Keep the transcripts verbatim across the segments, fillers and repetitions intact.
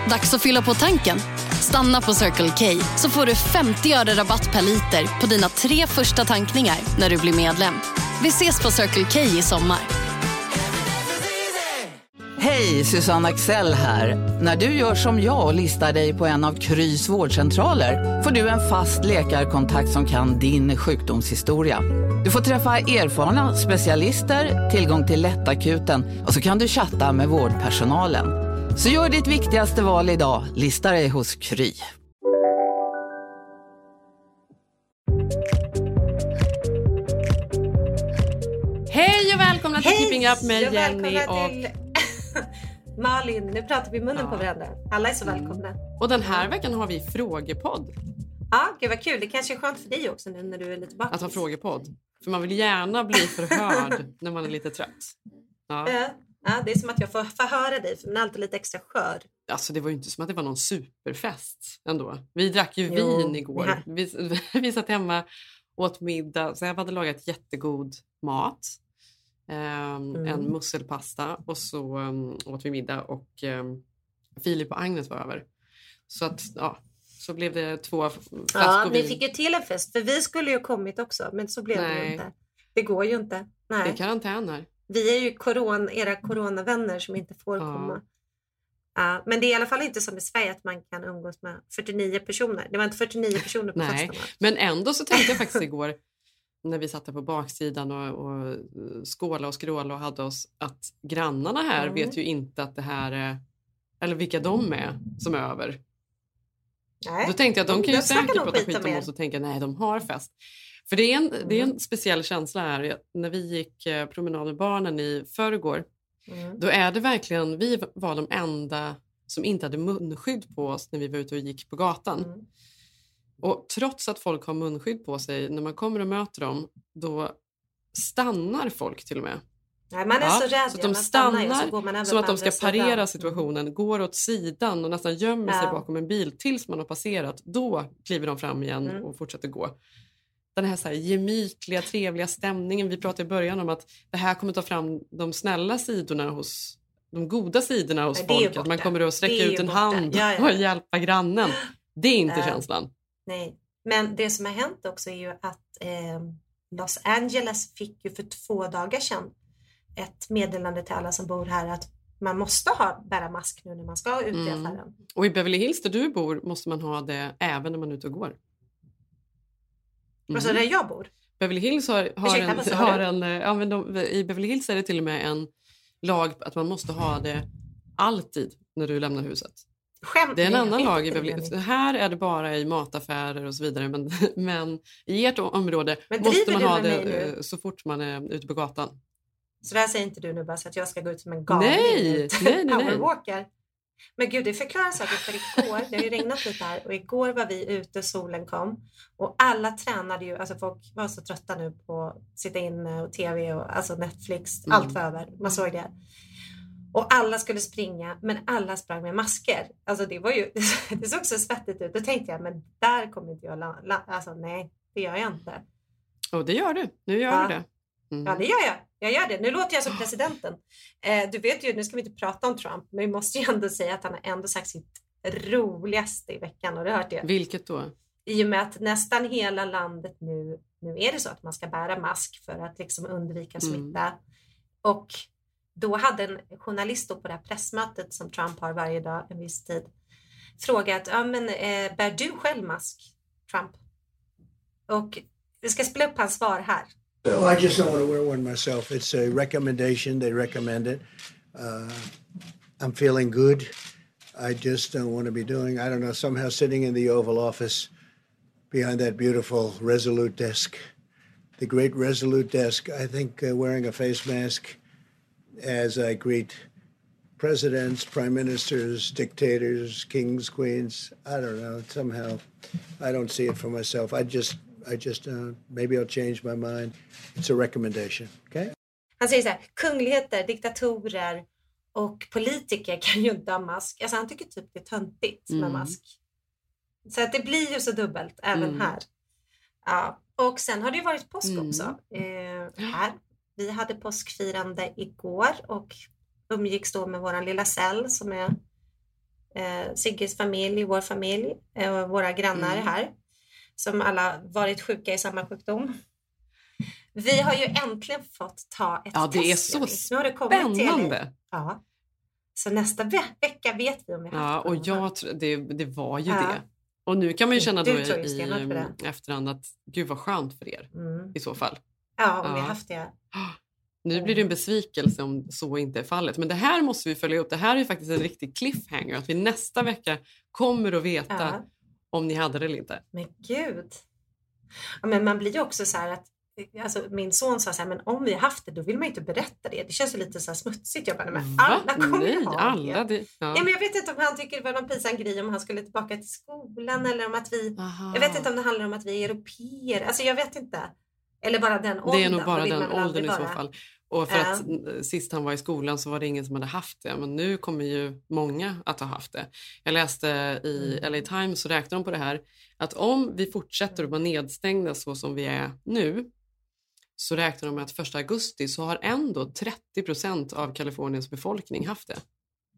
Dags att fylla på tanken. Stanna på Circle K så får du femtio öre rabatt per liter på dina tre första tankningar när du blir medlem. Vi ses på Circle K i sommar. Hej, Susanne Axel här. När du gör som jag och listar dig på en av Krys vårdcentraler får du en fast läkarkontakt som kan din sjukdomshistoria. Du får träffa erfarna specialister, tillgång till lättakuten och så kan du chatta med vårdpersonalen. Så gör ditt viktigaste val idag, lista dig hos Kry. Hej och välkomna till Hej, Keeping Up med Jenny och till... Malin. Nu pratar vi munnen ja. på varandra. Alla är så välkomna. Mm. Och den här veckan har vi frågepodd. Ja, gud vad kul. Det kanske är skönt för dig också nu när du är lite bakis. Att ha frågepodd. För man vill gärna bli förhörd när man är lite trött. Ja. Ja. Ja, det är som att jag får förhöra dig för man är alltid lite extra skör. Alltså det var ju inte som att det var någon superfest ändå. Vi drack ju Jo, vin igår. Vi, vi satt hemma, åt middag. Så jag hade lagat jättegod mat. Um, mm. En musselpasta. Och så um, åt vi middag. Och um, Filip och Agnes var över. Så att, ja. Så blev det två flaskor Ja, ni vin. fick ju till en fest. För vi skulle ju kommit också. Men så blev Nej. det ju inte. Det går ju inte. Nej. Det är karantän här. Vi är ju corona, era coronavänner som inte får Ja. komma. Ja, men det är i alla fall inte som i Sverige att man kan umgås med fyrtionio personer. Det var inte fyrtionio personer på Nej, festen. men ändå så tänkte jag faktiskt igår när vi satt där på baksidan och, och skåla och skråla och hade oss att grannarna här Mm. vet ju inte att det här är, eller vilka de är som är över. Nej. Då tänkte jag att de kan ju De snackar säkert nog prata skit skit om om er. oss och tänka nej, de har fest. För det är en, Mm. det är en speciell känsla här. När vi gick eh, promenad med barnen i förrgår, Mm. då är det verkligen, vi var de enda som inte hade munskydd på oss när vi var ute och gick på gatan. Mm. Och trots att folk har munskydd på sig, när man kommer och möter dem, då stannar folk till och med. Nej, man är Ja, så rädd. så att ja, de man stannar ju, stannar så går man över så att på de ska andra sidan. parera situationen, går åt sidan och nästan gömmer sig Ja. bakom en bil tills man har passerat. Då kliver de fram igen Mm. och fortsätter gå. Den här, så här gemytliga, trevliga stämningen. Vi pratade i början om att det här kommer ta fram de snälla sidorna hos, de goda sidorna hos Nej, det är ju folk. Att man borta. kommer att sträcka Det är ju ut en borta. hand Ja, ja. och hjälpa grannen. Det är inte Ja. känslan. Nej, men det som har hänt också är ju att eh, Los Angeles fick ju för två dagar sedan ett meddelande till alla som bor här att man måste ha bära mask nu när man ska ut i Mm. affären. Och i Beverly Hills där du bor måste man ha det även när man är ute och går. Mm. Alltså där jag bor. Beverly Hills har, har, Ursäkta, en, vad sa har du? en... Ja, men de, i Beverly Hills är det till och med en lag att man måste ha det alltid när du lämnar huset. Skämt. Det är en Nej, annan jag lag vet i inte, Beverly Hills. Jenny. Här är det bara i mataffärer och så vidare. Men, men i ert område Men måste driver man du ha med det mig nu? eh, så fort man är ute på gatan. Så det här säger inte du nu bara så att jag ska gå ut som en galning. Nej, ut. nej, nej, nej. Powerwalker. Men gud, det förklarar saker för igår. Det har ju regnat lite här. Och igår var vi ute, solen kom. Och alla tränade ju. Alltså folk var så trötta nu på att sitta inne och tv och alltså Netflix. Mm. Allt var över. Man såg det. Och alla skulle springa. Men alla sprang med masker. Alltså det var ju. Det såg så svettigt ut. Då tänkte jag, men där kommer inte jag. La, la, alltså nej, det gör jag inte. Och det gör du. Nu gör Ja. du det. Mm. Ja, det gör jag. Jag gör det. Nu låter jag som presidenten. Eh, du vet ju, nu ska vi inte prata om Trump. Men vi måste ju ändå säga att han har ändå sagt sitt roligaste i veckan. Och det hört det. Vilket då? I och med att nästan hela landet nu, nu är det så att man ska bära mask för att liksom undvika smitta. Mm. Och då hade en journalist då på det här pressmötet som Trump har varje dag en viss tid frågat, ja men eh, bär du själv mask, Trump? Och vi ska spela upp hans svar här. Well, I just don't want to wear one myself. It's a recommendation. They recommend it. Uh, I'm feeling good. I just don't want to be doing, I don't know, somehow sitting in the Oval Office behind that beautiful Resolute desk. The great Resolute desk. I think uh, wearing a face mask as I greet presidents, prime ministers, dictators, kings, queens, I don't know, somehow I don't see it for myself. I just... I just, uh, maybe I'll change my mind. It's a recommendation, okay? Han säger så här, kungligheter, diktatorer och politiker kan ju inte ha mask. Alltså han tycker typ det är töntigt med Mm. mask. Så att det blir ju så dubbelt även Mm. här. Ja. Och sen har det ju varit påsk Mm. också. Eh, här. Vi hade påskfirande igår och umgicks då med våran lilla Cell som är eh, Sigges familj, vår familj, eh, våra grannar mm. här. Som alla varit sjuka i samma sjukdom. Vi har ju äntligen fått ta ett test. Ja, det test, är så spännande. Till. Ja. Så nästa ve- vecka vet vi om vi har haft Ja, och jag tror, det, det var ju ja. det. Och nu kan man ju känna då i, i efterhand att gud vad skönt för er mm. i så fall. Ja, om ja. vi har haft det. Nu blir det en besvikelse om så inte är fallet. Men det här måste vi följa upp. Det här är ju faktiskt en riktig cliffhanger. Att vi nästa vecka kommer att veta ja. om ni hade det eller inte. Men gud. Ja, men man blir ju också så här att alltså, min son sa så här, men om vi har haft det då vill man ju inte berätta det. Det känns ju lite så här smutsigt. Jag bara, men alla kommer Nej, ju ha alla det. Ja. Ja, men jag vet inte om han tycker det var någon pinsam grej om han skulle tillbaka till skolan eller om att vi, Aha. jag vet inte om det handlar om att vi är europeer. Alltså jag vet inte. Eller bara den åldern. Det är nog bara den åldern i så fall. Och för att äh. sist han var i skolan så var det ingen som hade haft det. Men nu kommer ju många att ha haft det. Jag läste i L A Times så räknar de på det här. Att om vi fortsätter att vara nedstängda så som vi är nu. Så räknar de med att första augusti så har ändå trettio procent av Kaliforniens befolkning haft det.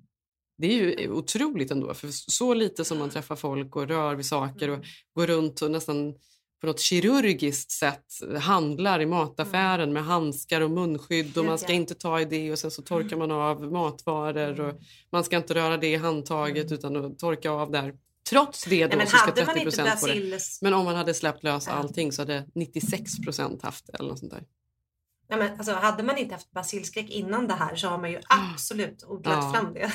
Det är ju otroligt ändå. För så lite som man träffar folk och rör vid saker och går runt och nästan på något kirurgiskt sätt handlar i mataffären med handskar och munskydd och man ska inte ta i det och sen så torkar man av matvaror och man ska inte röra det i handtaget utan att torka av där. Trots det då Nej, så ska trettio procent på det. Men om man hade släppt lös allting så hade nittiosex procent haft det eller något sånt där. Ja, men alltså, hade man inte haft basilskräck innan det här så har man ju absolut odlat ja. fram det.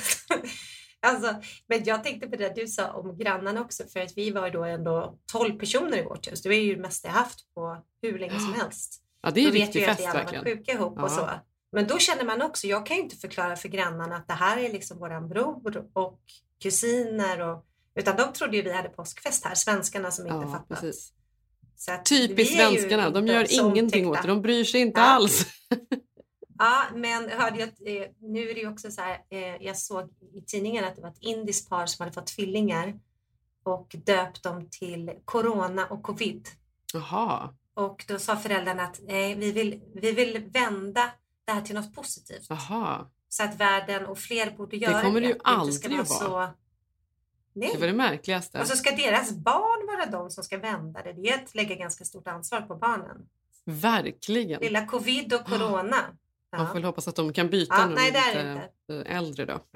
Alltså, men jag tänkte på det du sa om grannarna också för att vi var då ändå tolv personer i vårt hus. Det var ju det mesta jag haft på hur länge som helst. Ja, det är då riktigt vet fest ju att verkligen. Alla var sjuka ihop ja. och så. Men då känner man också, jag kan ju inte förklara för grannarna att det här är liksom våran bror och kusiner och utan de trodde ju vi hade påskfest här, svenskarna som inte ja, fattat. Precis. Så att typiskt svenskarna, de gör ingenting åt det, de bryr sig inte ja. alls. Ja, men hörde jag, eh, nu är det ju också så här, eh, jag såg i tidningen att det var ett indiskt par som hade fått tvillingar och döpt dem till corona och covid. Jaha. Och då sa föräldrarna att eh, vi, vill, vi vill vända det här till något positivt. Jaha. Så att världen och fler borde göra det. Det kommer det ju aldrig ska vara. Så... Nej. Det var det märkligaste. Och så ska deras barn vara de som ska vända det. Det är att lägga ganska stort ansvar på barnen. Verkligen. Lilla covid och corona. Ja. Man får hoppas att de kan byta ja, när nej, de är är lite äldre då.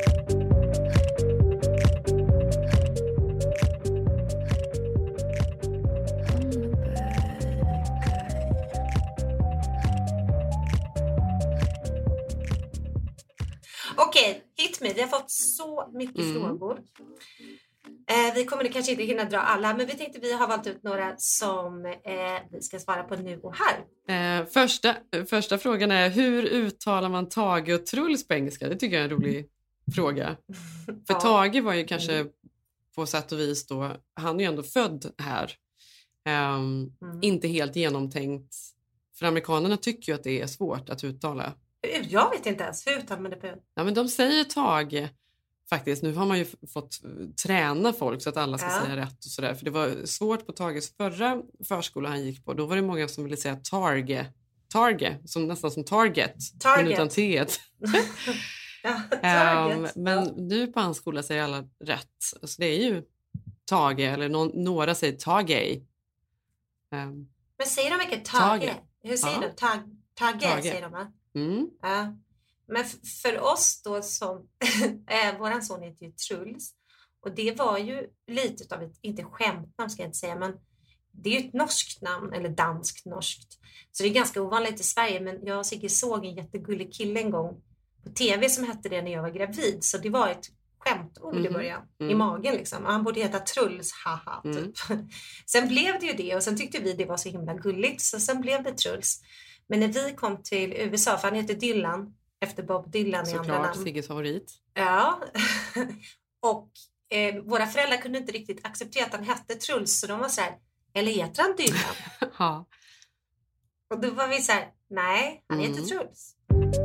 Okej, hit me. Vi har fått så mycket mm. frågor. Eh, vi kommer kanske inte hinna dra alla, men vi tänkte vi har valt ut några som eh, vi ska svara på nu och här. Eh, första, första frågan är, hur uttalar man Tage och Truls på engelska? Det tycker jag är en rolig fråga. För ja. Tage var ju kanske mm. på sätt och vis då, han är ju ändå född här. Eh, mm. Inte helt genomtänkt. För amerikanerna tycker ju att det är svårt att uttala. Jag vet inte ens, hur uttalar man det på? Ja, men de säger Tage. Faktiskt, nu har man ju fått träna folk så att alla ska ja. säga rätt och sådär. För det var svårt på Tages förra förskola han gick på. Då var det många som ville säga Target. Target, som, nästan som Target. Target. Men utan T-et. ja, target. um, men nu på hans skola säger alla rätt. Så det är ju Tage, eller någon, några säger Tage. Um, men säger de mycket Tage? Tage. Hur säger ja. de? Tag, tage, tage säger de va? Mm. Ja. Men för oss då som, äh, våran son heter ju Truls och det var ju lite av ett, inte skämtnamn ska jag inte säga, men det är ju ett norskt namn eller danskt norskt. Så det är ganska ovanligt i Sverige, men jag och Sigge såg en jättegullig kille en gång på tv som hette det när jag var gravid. Så det var ett skämtord mm. i början, mm. i magen liksom. Och han borde heta Truls, haha typ. Mm. Sen blev det ju det och sen tyckte vi det var så himla gulligt så sen blev det Truls. Men när vi kom till U S A, för han heter Dylan, efter Bob Dylan i andra namn. Såklart, Sigges favorit. Ja. och eh, våra föräldrar kunde inte riktigt acceptera att han hette Truls. Så de var så här, eller heter han Dylan? ja. Och då var vi så här, nej, han mm. heter Truls.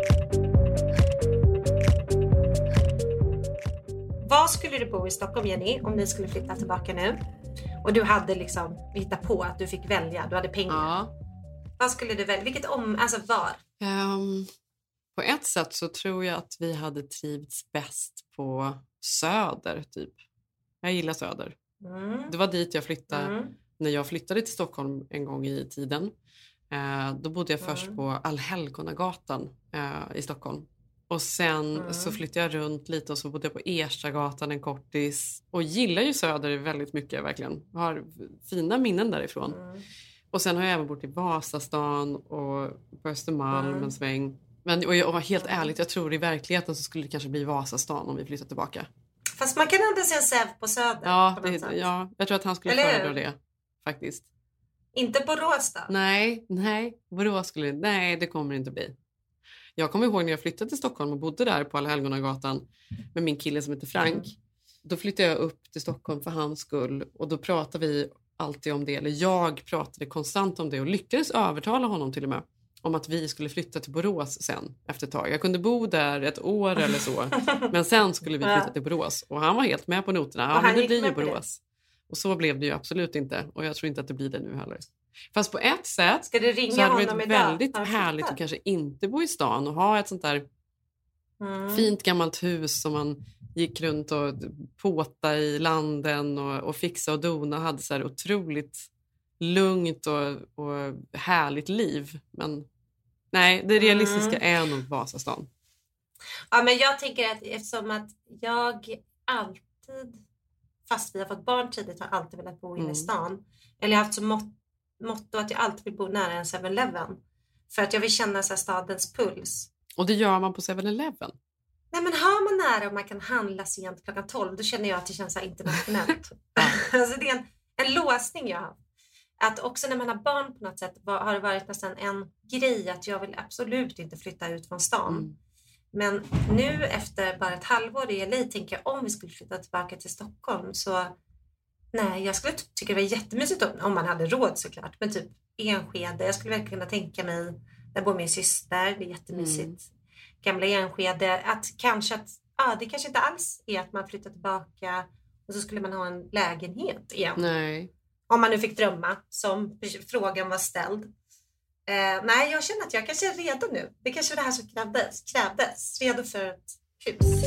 Vad skulle du bo i Stockholm, Jenny, om ni skulle flytta tillbaka nu? Och du hade liksom hittat på att du fick välja, du hade pengar. Ja. Vad skulle du välja? Vilket om, alltså var? Um, på ett sätt så tror jag att vi hade trivts bäst på söder typ. Jag gillar söder. Mm. Det var dit jag flyttade Mm. när jag flyttade till Stockholm en gång i tiden. Eh, då bodde jag först Mm. på Allhelgonagatan eh, i Stockholm. Och sen Mm. så flyttade jag runt lite och så bodde jag på Erstagatan en kortis. Och gillar ju söder väldigt mycket verkligen. Jag har fina minnen därifrån. Mm. Och sen har jag även bott i Vasastan och på Östermalm Mm. en sväng. Men och jag, och helt ärligt, jag tror i verkligheten så skulle det kanske bli Vasastan om vi flyttar tillbaka. Fast man kan ändå se en säv på söder. Ja, på något det, sätt. ja, jag tror att han skulle Eller hur? föredra det faktiskt. Inte på Råsta. Nej, nej, Borås skulle nej, det kommer det inte bli. Jag kommer ihåg när jag flyttade till Stockholm och bodde där på Allhelgonagatan med min kille som heter Frank. Mm. Då flyttade jag upp till Stockholm för hans skull och då pratade vi alltid om det, eller jag pratade konstant om det och lyckades övertala honom till och med om att vi skulle flytta till Borås sen efter ett tag. Jag kunde bo där ett år eller så, men sen skulle vi flytta till Borås och han var helt med på noterna. Ja, Och han men det gick blir ju med på det. Borås. Och så blev det ju absolut inte och jag tror inte att det blir det nu heller. Fast på ett sätt Ska du så ringa hade det honom varit idag? väldigt Har du härligt flyttat? att kanske inte bo i stan och ha ett sånt där Mm. fint gammalt hus som man gick runt och påta i landen och, och fixa och dona och hade så här otroligt lugnt och, och härligt liv. Men nej, det realistiska är nog Vasastan. Ja, men jag tänker att eftersom att jag alltid, fast vi har fått barn tidigt, har alltid velat bo inne Mm. i stan. Eller jag har haft som mot, motto att jag alltid vill bo nära en seven eleven. För att jag vill känna så här stadens puls. Och det gör man på seven eleven. Nej, men har man nära och man kan handla sent klockan tolv, då känner jag att det känns så här internationellt. Alltså det är en, en låsning jag har. Att också när man har barn på något sätt var, har det varit nästan en grej att jag vill absolut inte flytta ut från stan. Mm. Men nu efter bara ett halvår i L A tänker jag om vi skulle flytta tillbaka till Stockholm så nej, jag skulle tycka det var jättemysigt om, om man hade råd såklart. Men typ Enskede, jag skulle verkligen kunna tänka mig, där bor min syster, det är jättemysigt. Mm. Gamla Enskede, att kanske att, ja det kanske inte alls är att man flyttar tillbaka och så skulle man ha en lägenhet igen. Nej. Om man nu fick drömma, som frågan var ställd. Eh, nej, jag känner att jag kanske är redo nu. Det kanske är det här som krävdes. krävdes. Redo för ett hus.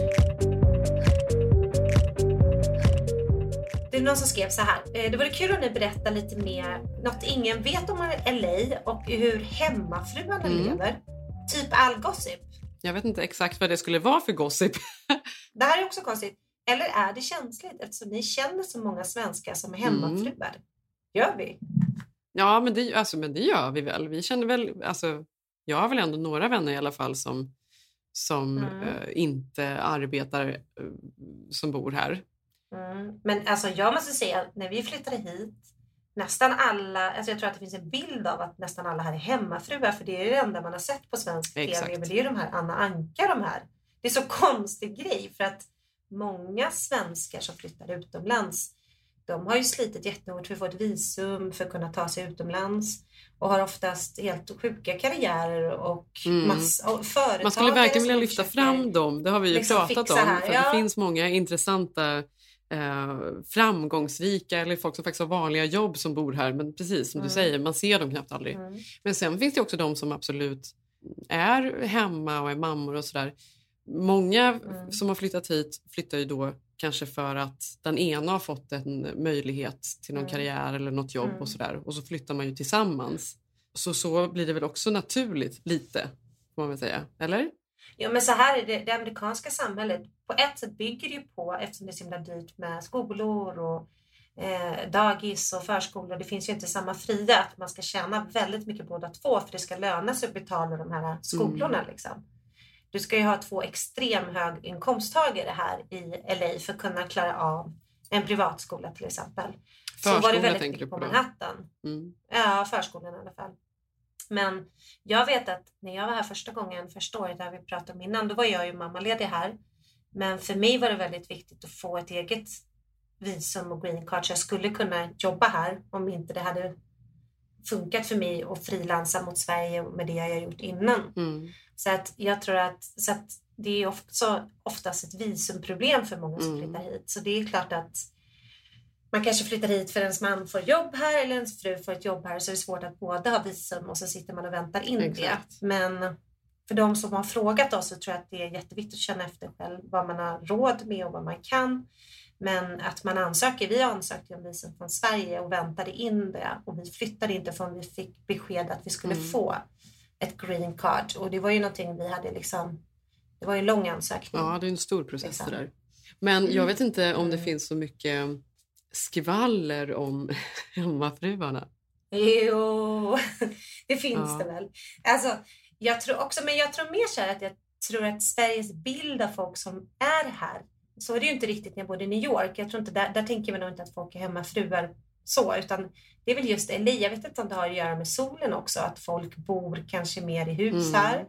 Det är någon som skrev så här. Eh, det vore kul om ni berättar lite mer. Något ingen vet om L A och hur hemmafruarna Mm. lever. Typ all gossip. Jag vet inte exakt vad det skulle vara för gossip. Det här är också konstigt. Eller är det känsligt eftersom ni känner så många svenskar som är hemmafruar? Mm. Gör vi? Ja, men det, alltså, men det gör vi väl. Vi känner väl, alltså, jag har väl ändå några vänner i alla fall som, som Mm. eh, inte arbetar eh, som bor här. Mm. Men alltså jag måste säga, när vi flyttade hit, nästan alla, alltså jag tror att det finns en bild av att nästan alla här är hemmafruar, för det är det enda man har sett på svensk Exakt. T V, men det är de här Anna Anka de här. Det är så konstig grej, för att många svenskar som flyttar utomlands, de har ju slitit jättehårt för att få ett visum för att kunna ta sig utomlands och har oftast helt sjuka karriärer och, Mm. massa, och företagare. Man skulle verkligen vilja som lyfta försöker fram dem. Det har vi ju liksom pratat fixa om. här, För ja. det finns många intressanta, eh, framgångsrika eller folk som faktiskt har vanliga jobb som bor här. Men precis som Mm. du säger, man ser dem knappt aldrig. Mm. Men sen finns det också de som absolut är hemma och är mammor och sådär. Många Mm. som har flyttat hit flyttar ju då kanske för att den ena har fått en möjlighet till någon Mm. karriär eller något jobb Mm. och sådär. Och så flyttar man ju tillsammans. Så så blir det väl också naturligt lite, får man väl säga. Eller? Ja, men så här är det, det amerikanska samhället. På ett sätt bygger det ju på, eftersom det är så himla dyrt med skolor och eh, dagis och förskolor. Det finns ju inte samma fria att man ska tjäna väldigt mycket båda två för det ska löna sig att betala de här skolorna. Mm. Liksom. Du ska ju ha två extrem höginkomsttagare här i L A för att kunna klara av en privatskola till exempel. Förskola så var det väldigt tänker du mycket på på då? Manhattan. Mm. Ja, förskolan i alla fall. Men jag vet att när jag var här första gången, första året där vi pratade om innan, då var jag ju mammaledig här. Men för mig var det väldigt viktigt att få ett eget visum och green card så jag skulle kunna jobba här om inte det hade funkat för mig att frilansa mot Sverige med det jag gjort innan. Mm. Så att jag tror att, så att det är också oftast ett visumproblem för många som Mm. flyttar hit. Så det är klart att man kanske flyttar hit för ens man får jobb här eller ens fru får ett jobb här, så är det svårt att båda ha visum och så sitter man och väntar in Exakt. det. Men för de som har frågat oss så tror jag att det är jätteviktigt att känna efter själv vad man har råd med och vad man kan. Men att man ansöker, vi ansökte om visum från Sverige och väntade in det. Och vi flyttade inte förrän vi fick besked att vi skulle mm. få ett green card. Och det var ju någonting vi hade liksom, det var ju en lång ansökning. Ja, det är en stor process liksom. Det där. Men jag vet inte om det mm. finns så mycket skvaller om hemmafruarna. Jo, det finns ja. det väl. Alltså, jag tror också, men jag tror mer så här att jag tror att Sveriges bild av folk som är här, så är det ju inte riktigt när jag bodde i New York. Jag tror inte, där, där tänker man nog inte att folk är hemmafruar så, utan det är väl just L A. Jag vet inte om det har att göra med solen också, att folk bor kanske mer i hus mm. här.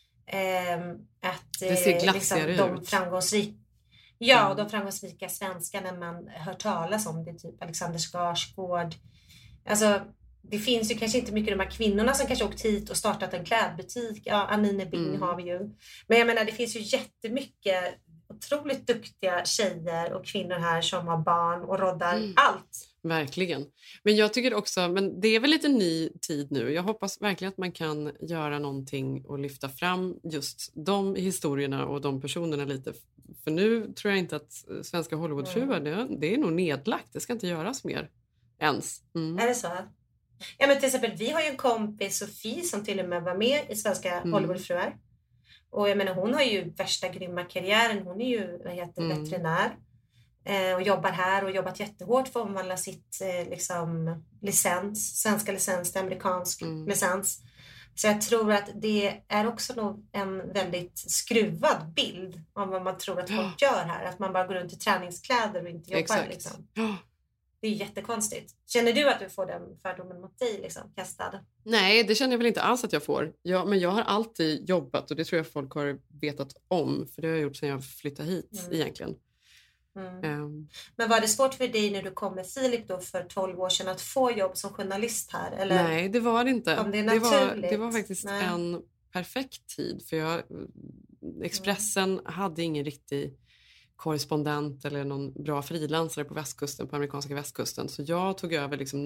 Um, att det ser glassigare liksom, de ut. Framgångsrika, ja, och de framgångsrika svenskarna man hör talas om det, typ Alexander Skarsgård. Alltså, det finns ju kanske inte mycket de här kvinnorna som kanske åkt hit och startat en klädbutik. Ja, Anine Bing mm. har vi ju. Men jag menar, det finns ju jättemycket otroligt duktiga tjejer och kvinnor här som har barn och roddar mm. allt. Verkligen. Men jag tycker också, men det är väl lite ny tid nu. Jag hoppas verkligen att man kan göra någonting och lyfta fram just de historierna och de personerna lite. För nu tror jag inte att svenska Hollywoodfruar, mm. det, det är nog nedlagt. Det ska inte göras mer ens. Mm. Är det så? Ja, men till exempel, vi har ju en kompis, Sofie, som till och med var med i svenska mm. Hollywoodfruar. Och jag menar, hon har ju värsta grymma karriären. Hon är ju, vad heter, mm. veterinär. Eh, och jobbar här och jobbat jättehårt för att omvandla sitt eh, liksom, licens. Svenska licens till amerikansk mm. licens. Så jag tror att det är också nog en väldigt skruvad bild om vad man tror att folk gör här. Att man bara går runt i träningskläder och inte jobbar. Exakt. Liksom. Det är jättekonstigt. Känner du att du får den fördomen mot dig liksom, kastad? Nej, det känner jag väl inte alls att jag får. Jag, men jag har alltid jobbat och det tror jag folk har vetat om. För det har jag gjort sedan jag flyttade hit mm. egentligen. Mm. Um. Men var det svårt för dig när du kom med Filip då för tolv år sedan att få jobb som journalist här? Eller? Nej, det var det inte. Om det, är det, var, det var faktiskt Nej. en perfekt tid. För jag, Expressen mm. hade ingen riktig korrespondent eller någon bra frilansare på västkusten, på amerikanska västkusten. Så jag tog över liksom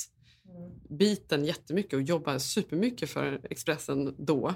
nöjesbiten jättemycket och jobbade supermycket för Expressen då.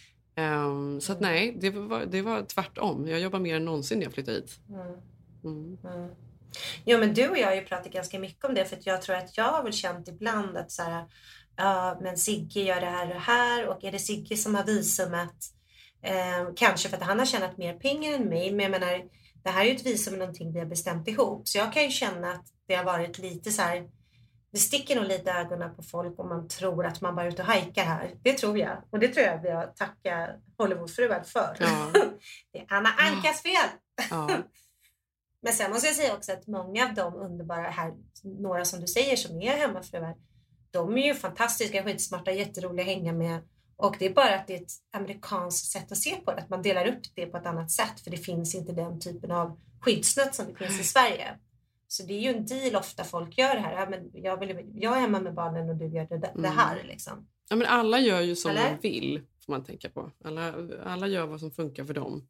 Um, så att nej, det var, det var tvärtom. Jag jobbar mer än någonsin när jag flyttade hit. Mm. Mm. Mm. Jo, men du och jag har ju pratat ganska mycket om det, för att jag tror att jag har väl känt ibland att så här, ja, men Sigge gör det här och det här, och är det Sigge som har visumet? Um, kanske för att han har tjänat mer pengar än mig, men jag menar, det här är ju ett visum med någonting vi har bestämt ihop. Så jag kan ju känna att det har varit lite så här, det sticker nog lite ögonen på folk om man tror att man bara är ute och hajkar här. Det tror jag. Och det tror jag vi har tackat Hollywoodfruar för. Ja. Det är Anna Ankas fel. Ja. Men sen måste jag säga också att många av de underbara här, några som du säger som är hemmafruar, de är ju fantastiska, skitsmarta, jätteroliga att hänga med. Och det är bara att det är ett amerikanskt sätt att se på det. Att man delar upp det på ett annat sätt. För det finns inte den typen av skyddsnät som det finns i Sverige. Så det är ju en deal ofta folk gör det här. Ja, men jag, vill, jag är hemma med barnen och du gör det, det här. Liksom. Ja, men alla gör ju som Eller? de vill, får man tänka på. Alla, alla gör vad som funkar för dem.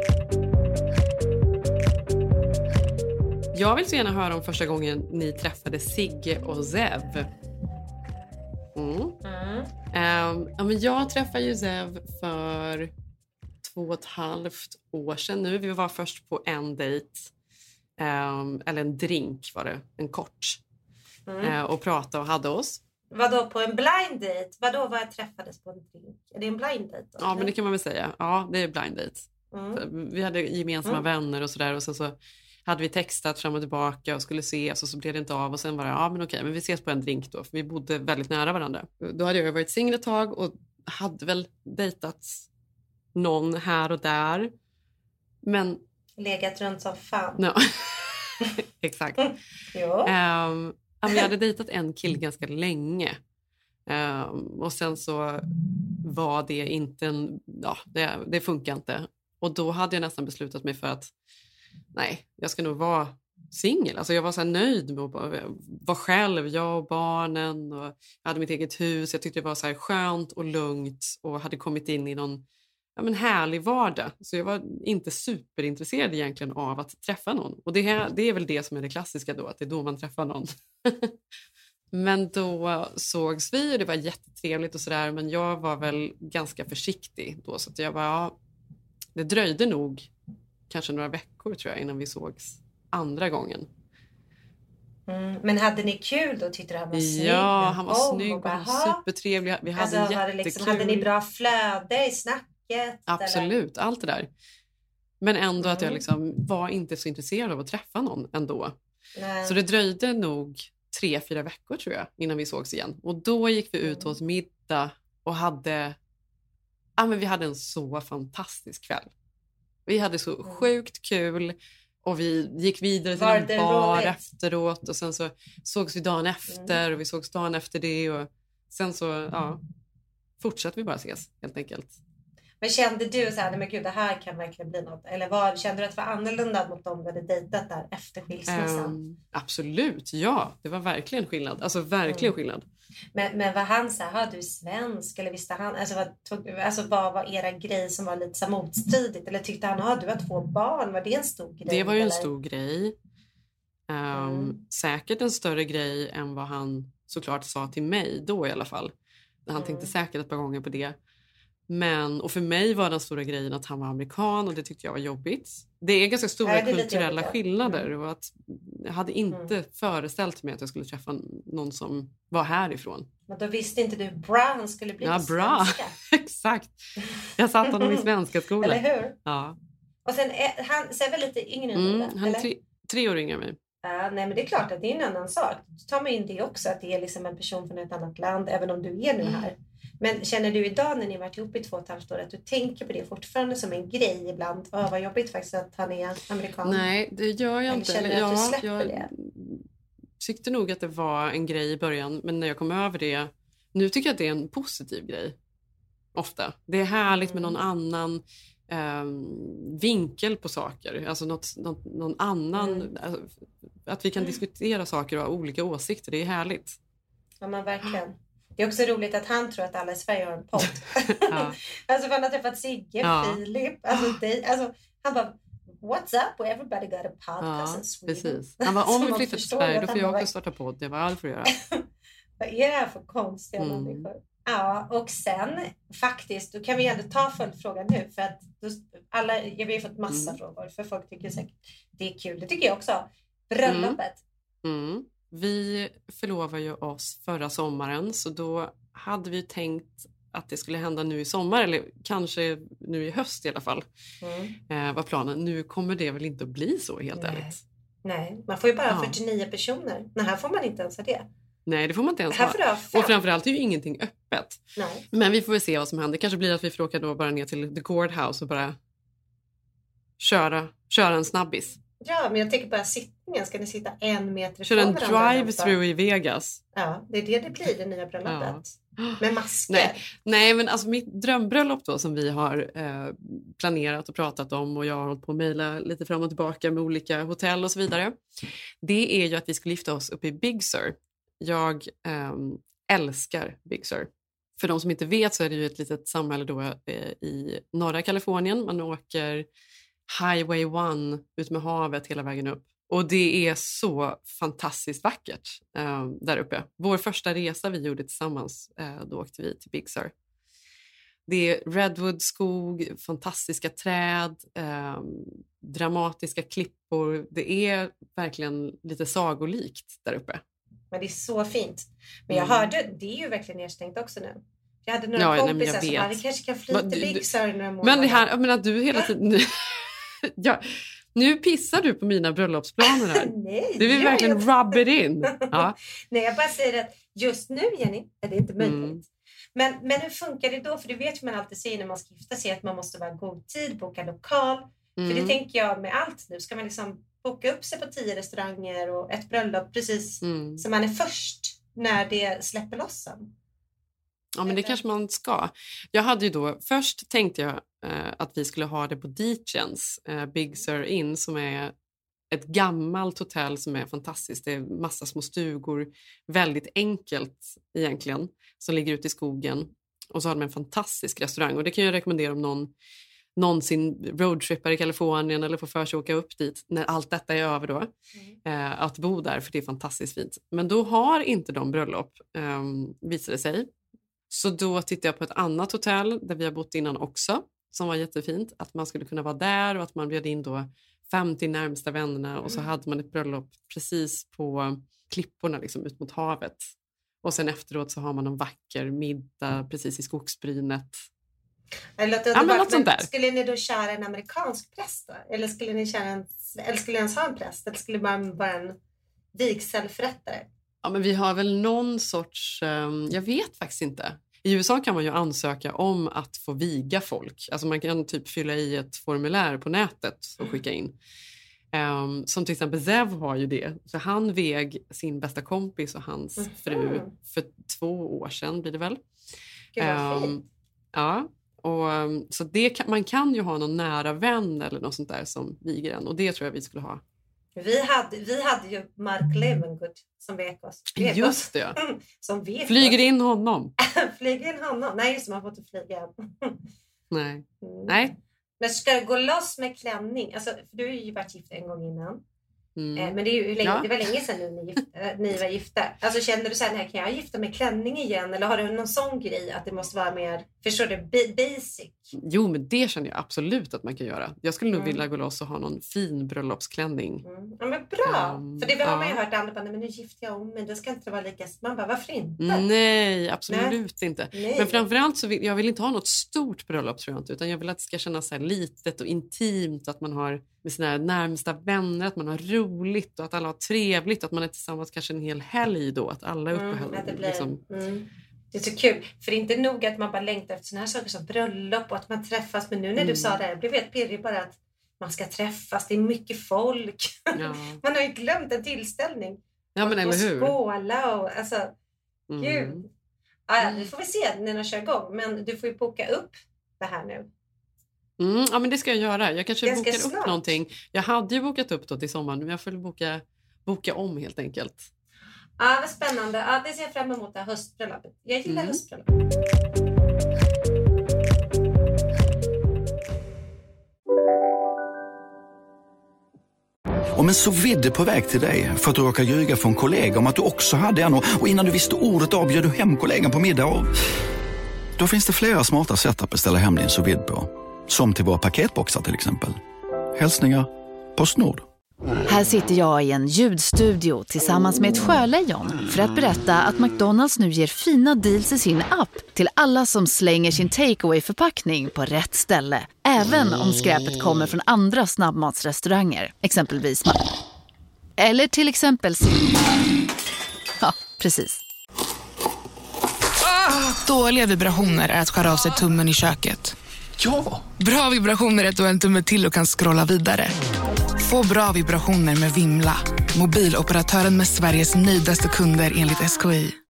Jag vill så gärna höra om första gången ni träffade Sigge och Zev. Mm. Mm. Um, ja, men jag träffade ju Zev för två och ett halvt år sedan nu. Vi var först på en dejt. Um, eller en drink var det. En kort. Mm. Uh, och pratade och hade oss. Vadå på en blind date? Vadå var jag träffades på en drink? Är det en blind date? Då, ja, eller? Men det kan man väl säga. Ja, det är blind date. Mm. Vi hade gemensamma mm. vänner och sådär. Och sen så hade vi textat fram och tillbaka och skulle ses och så blev det inte av. Och sen var det, ja men okej, men vi ses på en drink då. För vi bodde väldigt nära varandra. Då hade jag varit singel ett tag och hade väl dejtat någon här och där. Men... legat runt som fan. Ja, exakt. Jo. Um, jag hade dejtat en kille ganska länge. Um, och sen så var det inte en... Ja, det, det funkar inte. Och då hade jag nästan beslutat mig för att nej, jag ska nog vara singel. Alltså jag var så här nöjd med att vara själv, jag och barnen. Och jag hade mitt eget hus. Jag tyckte det var så här skönt och lugnt. Och hade kommit in i någon ja, men härlig vardag. Så jag var inte superintresserad egentligen av att träffa någon. Och det, här, det är väl det som är det klassiska då. Att det är då man träffar någon. Men då sågs vi och det var jättetrevligt och sådär. Men jag var väl ganska försiktig då. Så att jag bara, ja, det dröjde nog kanske några veckor tror jag innan vi sågs andra gången. Mm, men hade ni kul då? Tyckte du han var snygg? Ja, han var oh, snygg och han var supertrevlig. Vi hade alltså, jättekul. Var det liksom, hade ni bra flöde i snacket? Absolut, eller? Allt det där. Men ändå mm. att jag liksom var inte så intresserad av att träffa någon ändå. Nej. Så det dröjde nog tre, fyra veckor tror jag innan vi sågs igen. Och då gick vi ut mm. åt middag och hade, ja, men vi hade en så fantastisk kväll. Vi hade så mm. sjukt kul och vi gick vidare till en bar roligt? efteråt och sen så sågs vi dagen efter mm. och vi sågs dagen efter det och sen så ja, fortsatte vi bara ses helt enkelt. Men kände du så här, nej men gud, det här kan verkligen bli något? Eller var, kände du att det var annorlunda mot dem du hade dejtat där efter skilsmässan? Um, absolut, ja. Det var verkligen skillnad. Alltså verkligen mm. skillnad. Men, men var han så här, du är svensk? Eller visste han, alltså vad, tog, alltså vad var era grej som var lite så motstridigt? Eller tyckte han, ah, du har två barn, var det en stor grej? Det var ju eller? en stor grej. Um, mm. Säkert en större grej än vad han såklart sa till mig då i alla fall. Han mm. tänkte säkert ett par gånger på det. Men, och för mig var den stora grejen att han var amerikan och det tyckte jag var jobbigt. Det är ganska stora är kulturella jobbigt, skillnader mm. och att jag hade inte mm. föreställt mig att jag skulle träffa någon som var härifrån. Men då visste inte du bra han skulle bli ja, bra. Exakt. Jag satt honom i svenska skolan. Eller hur? Ja. Och sen är han så är väl lite yngre än mm, du, han är tre, tre år yngre än mig. Ja, nej men det är klart att det är en annan sak. Du tar med in det också att det är liksom en person från ett annat land även om du är nu här. Men känner du idag när ni varit ihop i två och ett halvt år att du tänker på det fortfarande som en grej ibland? Åh, vad jobbigt faktiskt att han är amerikan. Nej, det gör jag Eller inte. känner du att du släpper jag det? tyckte nog att det var en grej i början. Men när jag kom över det, nu tycker jag att det är en positiv grej. Ofta. Det är härligt med någon annan eh, vinkel på saker. Alltså något, något, någon annan... Mm. Alltså, att vi kan mm. diskutera saker och ha olika åsikter. Det är härligt. Ja, men verkligen. Det är också roligt att han tror att alla i Sverige har en podd. Ja. Alltså för han har träffat Sigge, ja. Filip. Alltså, det, alltså, han bara, what's up? Well, everybody got a podcast ja, in Sweden. Precis. Han bara, om vi flyttar till Sverige då får jag också starta podd. Jag var allt för att göra. Vad är det här för konstiga mm. människor? Ja, och sen faktiskt, då kan vi ändå ta följdfrågan nu. För att då, alla, jag har ju fått massa mm. frågor. För folk tycker säkert det är kul. Det tycker jag också. Bröllopet. Mm. Mm. Vi förlovade ju oss förra sommaren så då hade vi tänkt att det skulle hända nu i sommar eller kanske nu i höst i alla fall. Mm. Eh, var planen. Nu kommer det väl inte att bli så helt Nej. ärligt. Nej, man får ju bara ja. fyrtionio personer. Men här får man inte ens ha det. Nej, det får man inte ens här ha. Och framförallt är ju ingenting öppet. Nej. Men vi får väl se vad som händer. Kanske blir att vi får åka då bara ner till The Gourd House och bara köra, köra en snabbis. Ja, men jag tänker bara sittningen. Ska ni sitta en meter ifrån varandra? Kör en drive-through i Vegas. Ja, det är det det blir, det nya bröllopet. Ja. Med masker. Nej, nej, men alltså mitt drömbröllop då som vi har eh, planerat och pratat om och jag har hållit på att mejla lite fram och tillbaka med olika hotell och så vidare. Det är ju att vi ska lyfta oss upp i Big Sur. Jag eh, älskar Big Sur. För de som inte vet så är det ju ett litet samhälle då eh, i norra Kalifornien. Man åker Highway one ut med havet hela vägen upp. Och det är så fantastiskt vackert eh, där uppe. Vår första resa vi gjorde tillsammans, eh, då åkte vi till Big Sur. Det är redwood skog, fantastiska träd, eh, dramatiska klippor. Det är verkligen lite sagolikt där uppe. Men det är så fint. Men jag hörde, det är ju verkligen nedstängt också nu. Jag hade några ja, kompisar nej, som bara, vi kanske kan fly till Big Sur några månader. Men det här, jag menar du hela tiden... ja, nu pissar du på mina bröllopsplaner här. Nej, du vill jo, verkligen jag... rub it in. Ja. Nej, jag bara säger att just nu, Jenny, är det inte möjligt. Mm. Men, men hur funkar det då? För du vet hur man alltid säger när man ska gifta sig att man måste vara god tid, boka lokal. Mm. För det tänker jag med allt nu. Ska man liksom boka upp sig på tio restauranger och ett bröllop precis mm. som man är först när det släpper loss sen? Ja, men det kanske man ska. Jag hade ju då, först tänkte jag eh, att vi skulle ha det på Dietjens, eh, Big Sur Inn, som är ett gammalt hotell som är fantastiskt. Det är massa små stugor, väldigt enkelt egentligen, som ligger ute i skogen. Och så har de en fantastisk restaurang och det kan jag rekommendera om någon någonsin roadtrippar i Kalifornien eller får för sig åka upp dit när allt detta är över då. Mm. Eh, att bo där, för det är fantastiskt fint. Men då har inte de bröllop, eh, visade det sig. Så då tittade jag på ett annat hotell där vi har bott innan också, som var jättefint. Att man skulle kunna vara där och att man bjöd in då femtio närmsta vännerna och så mm. hade man ett bröllop precis på klipporna liksom, ut mot havet. Och sen efteråt så har man en vacker middag precis i skogsbrynet. Det låter ja, men något sånt där. Skulle ni då köra en amerikansk präst då? Eller skulle ni köra en, eller skulle ni ens ha en präst? Eller skulle man bara en vigselförrättare? Ja, men vi har väl någon sorts, um, jag vet faktiskt inte. I U S A kan man ju ansöka om att få viga folk. Alltså man kan typ fylla i ett formulär på nätet och skicka in. Um, som till exempel Zev har ju det. Så han veg sin bästa kompis och hans mm. fru för två år sedan blir det väl. Gud vad fint. Um, ja, och um, så det kan, man kan ju ha någon nära vän eller något sånt där som viger en. Och det tror jag vi skulle ha. Vi hade, vi hade ju Mark Levengood som vek oss. Vek just det. Oss. som vek Flyger oss. in honom. Flyger in honom. Nej, just det, man får inte flyga. Nej. Mm. Nej. Men ska det gå loss med klänning? Alltså, för du har ju varit gift en gång innan. Mm. Eh, men det, är ju, hur länge, ja. det var länge sedan nu ni, gift, äh, ni var gifta. Alltså känner du så här, kan jag gifta med klänning igen? Eller har du någon sån grej att det måste vara mer, förstår du, basic? Jo, men det känner jag absolut att man kan göra. Jag skulle nog mm. vilja gå loss och ha någon fin bröllopsklänning. Mm. Ja, men bra. Um, för det har ja. man ju hört andra på, men nu gifter jag om mig, det ska inte vara lika. Man bara, varför inte? Nej, absolut Nej. inte. Nej. Men framförallt så vill jag vill inte ha något stort bröllop, tror jag inte. Utan jag vill att det ska kännas så här litet och intimt. Att man har med sina närmsta vänner, att man har roligt och att alla har trevligt. Att man är tillsammans kanske en hel helg då. Att alla är uppe mm, helg, det blir, liksom. mm. Det är så kul. För det är inte nog att man bara längtar efter såna här saker som bröllop och att man träffas. Men nu när du mm. sa det här, blev helt pirrig bara att man ska träffas. Det är mycket folk. Ja. Man har ju glömt en tillställning. Ja, men eller hur? Och skåla och alltså, mm. gud. Ja, nu får vi se när de kör igång. Men du får ju boka upp det här nu. Mm, ja, men det ska jag göra. Jag kanske Ganska bokar snart. upp någonting. Jag hade ju bokat upp då till sommaren, men jag får boka, boka om helt enkelt. Ja, vad spännande. Ja, det ser jag fram emot det här höstbröllopet. Jag gillar mm. höstbröllop. Om en så vidde på väg till dig för att du råkar ljuga för en kollega om att du också hade en och innan du visste ordet av bjöd du hem kollegan på middag och... Då finns det flera smarta sätt att beställa hem din sous vide på. Som till våra paketboxar till exempel. Hälsningar PostNord. Här sitter jag i en ljudstudio tillsammans med ett sjölejon för att berätta att McDonalds nu ger fina deals i sin app till alla som slänger sin takeaway-förpackning på rätt ställe. Även om skräpet kommer från andra snabbmatsrestauranger, exempelvis. Eller till exempel... Ja, precis. Dåliga vibrationer är att skära av sig tummen i köket. Ja! Bra vibrationer är att du har en tumme till och kan scrolla vidare. Få bra vibrationer med Vimla. Mobiloperatören med Sveriges nöjdaste kunder enligt S K I.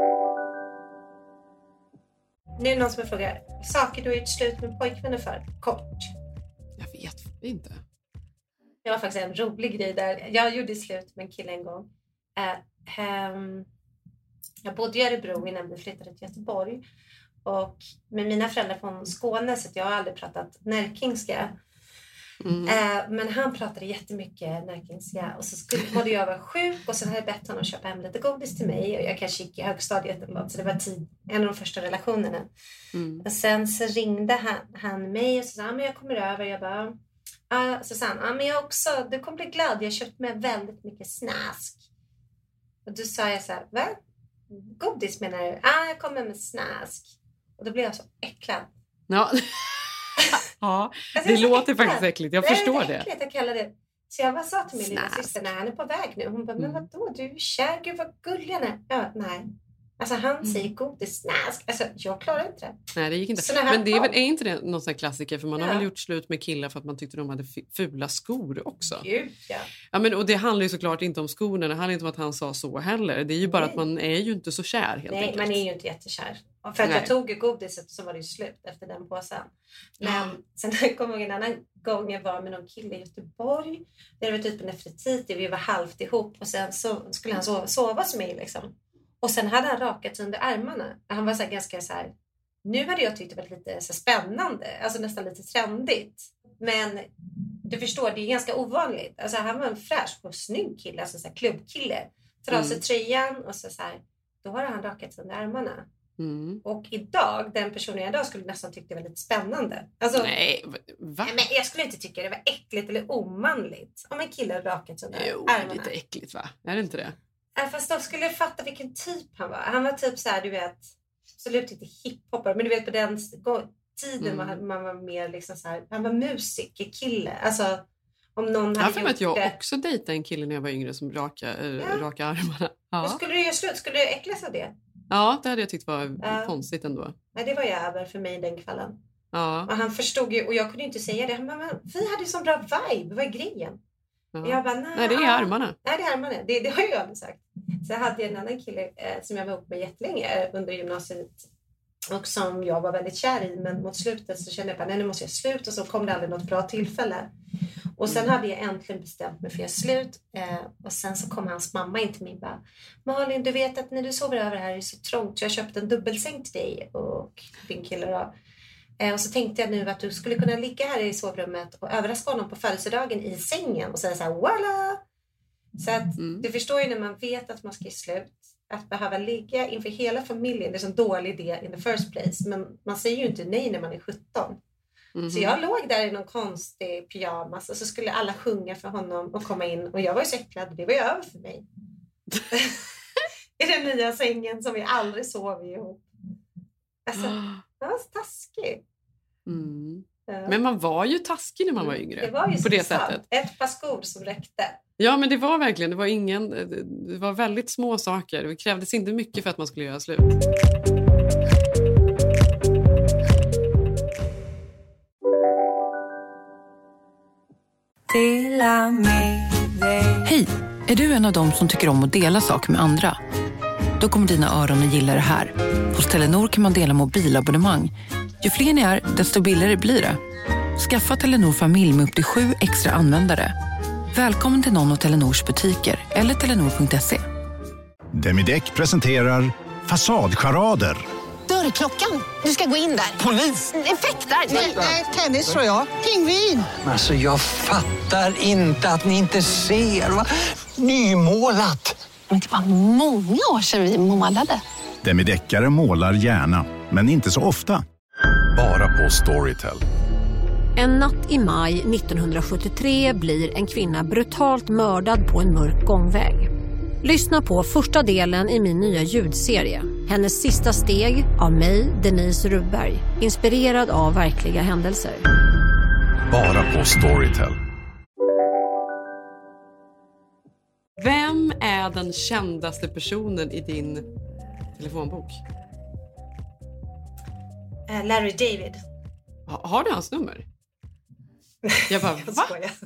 Nu är det någon som frågar. Saker du har gjort slut med pojkvänner för? Kort. Jag vet inte. Det var faktiskt en rolig grej där. Jag gjorde slut med en kille en gång. Uh, um, jag bodde i Örebro innan vi flyttade till Göteborg. Och med mina föräldrar från Skåne, så jag har aldrig pratat närkingska. Mm. Eh, men han pratade jättemycket närkingska. Och så skulle, mådde jag vara sjuk. Och sen hade jag bett honom köpa hem lite godis till mig. Och jag kanske gick i högstadiet eller något. Så det var tid, en av de första relationerna. Mm. Och sen så ringde han, han mig och så sa han, men jag kommer över. Jag bara, ah, så sa han, ah, men jag också, du kommer bli glad. Jag har köpt med väldigt mycket snask. Och då sa jag så här, va? Godis menar du? Ah, jag kommer med snask. Och då blev jag så äcklad. Ja, ja alltså, det låter äcklad. faktiskt äckligt. Jag det förstår det. Äckligt, jag kallar det. Så jag bara sa till min lilla syster, när han är på väg nu. Hon bara, men vadå? Du är kär, gud vad gullig han är. Ja, nej. Alltså han mm. säger godis, snask. Alltså jag klarar inte det. Nej, det gick inte. Men det är väl är inte det någon sån här klassiker? För man ja. har väl gjort slut med killar för att man tyckte de hade fula skor också. Gud, ja. Ja, men och det handlar ju såklart inte om skorna. Det handlar inte om att han sa så heller. Det är ju bara Nej. att man är ju inte så kär helt Nej, enkelt. man är ju inte jättekär. Och för att Nej. jag tog godiset så var det ju slut efter den påsen. Men ja. sen kom jag en annan gång jag var med någon kille i Göteborg. Det var typ en Nefertiti. Vi var halvt ihop. Och sen så skulle han sova, sova som mig liksom. Och sen hade han rakat under armarna. Han var så här ganska så här Nu hade jag tyckt det var lite så spännande, alltså nästan lite trendigt. Men du förstår, det är ganska ovanligt. Alltså han var en fräsch och snygg kille, alltså så här klubbkille. Tar av sig mm. tröjan och så, så här, då har han rakat under armarna. Mm. Och idag, den personen jag idag skulle nästan tycka det var lite spännande. Alltså, nej, va? Men jag skulle inte tycka det var äckligt eller omanligt om en kille rakat under jo, armarna. Lite äckligt, va? Är det inte det? Äh, fast de skulle fatta vilken typ han var. Han var typ så här, du vet, absolut inte hiphopper, men du vet på den tiden mm. man, man var mer liksom så här, han var musikerkille. Alltså om någon hade jag för mig att jag det. också dejtade en kille när jag var yngre som raka, äh, ja. raka armarna. Ja. Men skulle du göra slut? Skulle du äcklas av det? Ja, det hade jag tyckt var ja. konstigt ändå. Nej, det var ju över för mig den kvällen. Ja. Och han förstod ju, och jag kunde inte säga det. Han bara, men vi hade ju sån bra vibe, vad är grejen? Ja. Jag bara, nej, nej, det är armarna. Nej, det är armarna. Det, det har jag aldrig sagt. Så jag hade en annan kille eh, som jag var ihop med jättelänge under gymnasiet. Och som jag var väldigt kär i. Men mot slutet så kände jag bara, nej nu måste jag sluta. Och så kom det aldrig något bra tillfälle. Och sen hade jag äntligen bestämt mig för att slut. Eh, och sen så kom hans mamma in till mig och bara, Malin, du vet att när du sover över här är det så trångt. Så jag köpte en dubbelsäng till dig och din kille då. Eh, och så tänkte jag nu att du skulle kunna ligga här i sovrummet och överraska honom på födelsedagen i sängen. Och säga så här, voila! Så att mm. du förstår ju när man vet att man ska i slut. Att behöva ligga inför hela familjen. Det är en dålig idé in the first place. Men man säger ju inte nej när man är sjutton. Mm-hmm. Så jag låg där i någon konstig pyjamas. Och så skulle alla sjunga för honom och komma in. Och jag var ju så äcklad. Det var ju över för mig. I den nya sängen som vi aldrig sov ihop. Alltså, det var så taskigt. Mm. Ja. Men man var ju taskig när man var yngre. Det var ju på det sättet. Ett par skor som räckte. Ja, men det var verkligen, det var ingen, det var väldigt små saker. Det krävdes inte mycket för att man skulle göra slut. Hej, är du en av dem som tycker om att dela saker med andra? Då kommer dina öron att gilla det här. Hos Telenor kan man dela mobilabonnemang. Ju fler ni är, desto billigare blir det. Skaffa Telenor familj med upp till sju extra användare. Välkommen till någon av Telenors butiker eller telenor punkt se. Demideck presenterar Fasadcharader. Dörrklockan, du ska gå in där. Polis? Effektar? Nej, nej, tennis tror jag. Pingvin. Alltså jag fattar inte att ni inte ser. Va? Nymålat. Men det var många år sedan vi målade. Demideckare målar gärna, men inte så ofta. Bara på Storytel. En natt i maj nittonhundrasjuttiotre blir en kvinna brutalt mördad på en mörk gångväg. Lyssna på första delen i min nya ljudserie. Hennes sista steg av mig, Denise Rubberg. Inspirerad av verkliga händelser. Bara på Storytel. Vem är den kändaste personen i din telefonbok? Uh, Larry David. Ha, har du hans nummer? Jag bara, jag va?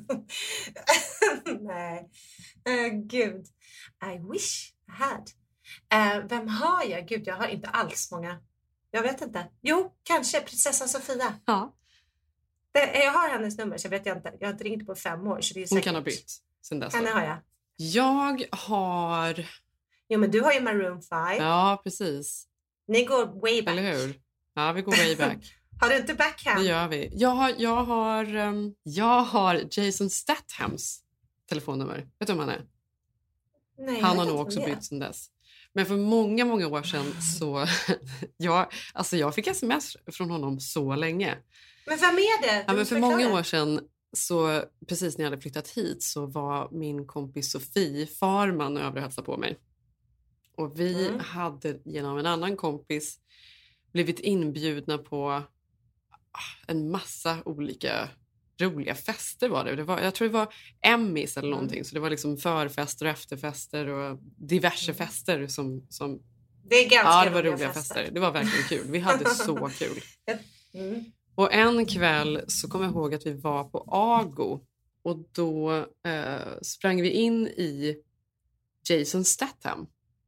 Nej. Uh, gud. I wish I had. Uh, vem har jag? Gud, jag har inte alls många. Jag vet inte. Jo, kanske prinsessan Sofia. Ja. Det, jag har hennes nummer så jag vet jag inte. Jag har inte ringt på fem år. Så det är Hon kan ha bytt sen dess. Henne har jag. Jag har... Jo, men du har ju Maroon five. Ja, precis. Ni går way back. Eller hur? Ja, vi går way back. Har du inte backhand? Det gör vi. Jag har, jag har, um, jag har Jason Stathams telefonnummer. Vet du om han är? Nej, han har nog också bytt sen dess. Men för många, många år sedan så... jag, alltså jag fick sms från honom så länge. Men vem är det? Ja, men för många år sedan, så precis när jag hade flyttat hit, så var min kompis Sofie Farman över och hälsade på mig. Och vi mm. hade genom en annan kompis blivit inbjudna på en massa olika roliga fester var det. det var, jag tror det var Emmys eller någonting. Mm. Så det var liksom förfester och efterfester och diverse mm. fester som... som det är ganska ja, det var roliga, roliga fester. fester. Det var verkligen kul. Vi hade så kul. Mm. Och en kväll så kommer jag ihåg att vi var på Ago. Och då eh, sprang vi in i Jason Statham.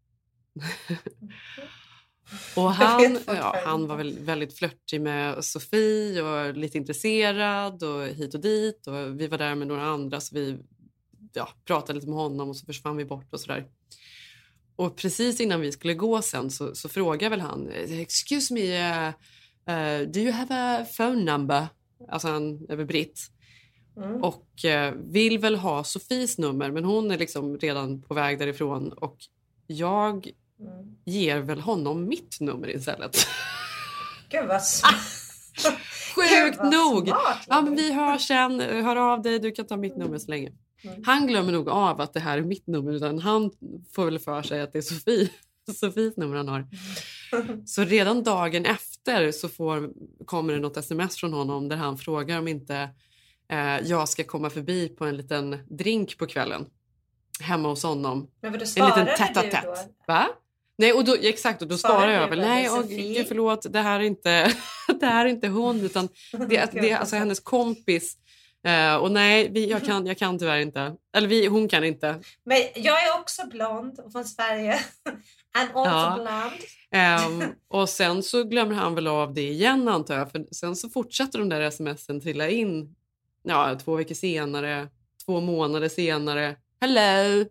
Och han, ja, han var väl väldigt flörtig med Sofie och lite intresserad och hit och dit. Och vi var där med några andra så vi ja, pratade lite med honom och så försvann vi bort och sådär. och precis innan vi skulle gå sen så, så frågar väl han, excuse me, uh, uh, do you have a phone number? Alltså han är väl britt. Mm. Och uh, vill väl ha Sofies nummer, men hon är liksom redan på väg därifrån och jag mm. ger väl honom mitt nummer istället. Gud vad smart. Sjukt nog. Ja, men vi hörs sen, hör av dig, du kan ta mitt nummer så länge. Mm. Han glömmer nog av att det här är mitt nummer, utan han får väl för sig att det är Sofie, Sofies nummer han har. Mm. Så redan dagen efter så får, kommer det något sms från honom där han frågar om inte eh, jag ska komma förbi på en liten drink på kvällen hemma hos honom. Men vad du en liten tätt-a-tätt. Va? Nej, och då, exakt, och då svarar, svarar jag väl, nej, och, gud, förlåt, det här är inte, det här är inte hon, utan det, det är alltså hennes kompis. Uh, och nej, vi, jag, kan, jag kan tyvärr inte. Eller vi, hon kan inte. Men jag är också blond och från Sverige. I'm also ja. blond. Um, och sen så glömmer han väl av det igen, antar jag. För sen så fortsätter de där smsen trilla in. Ja, två veckor senare. Två månader senare. Hello!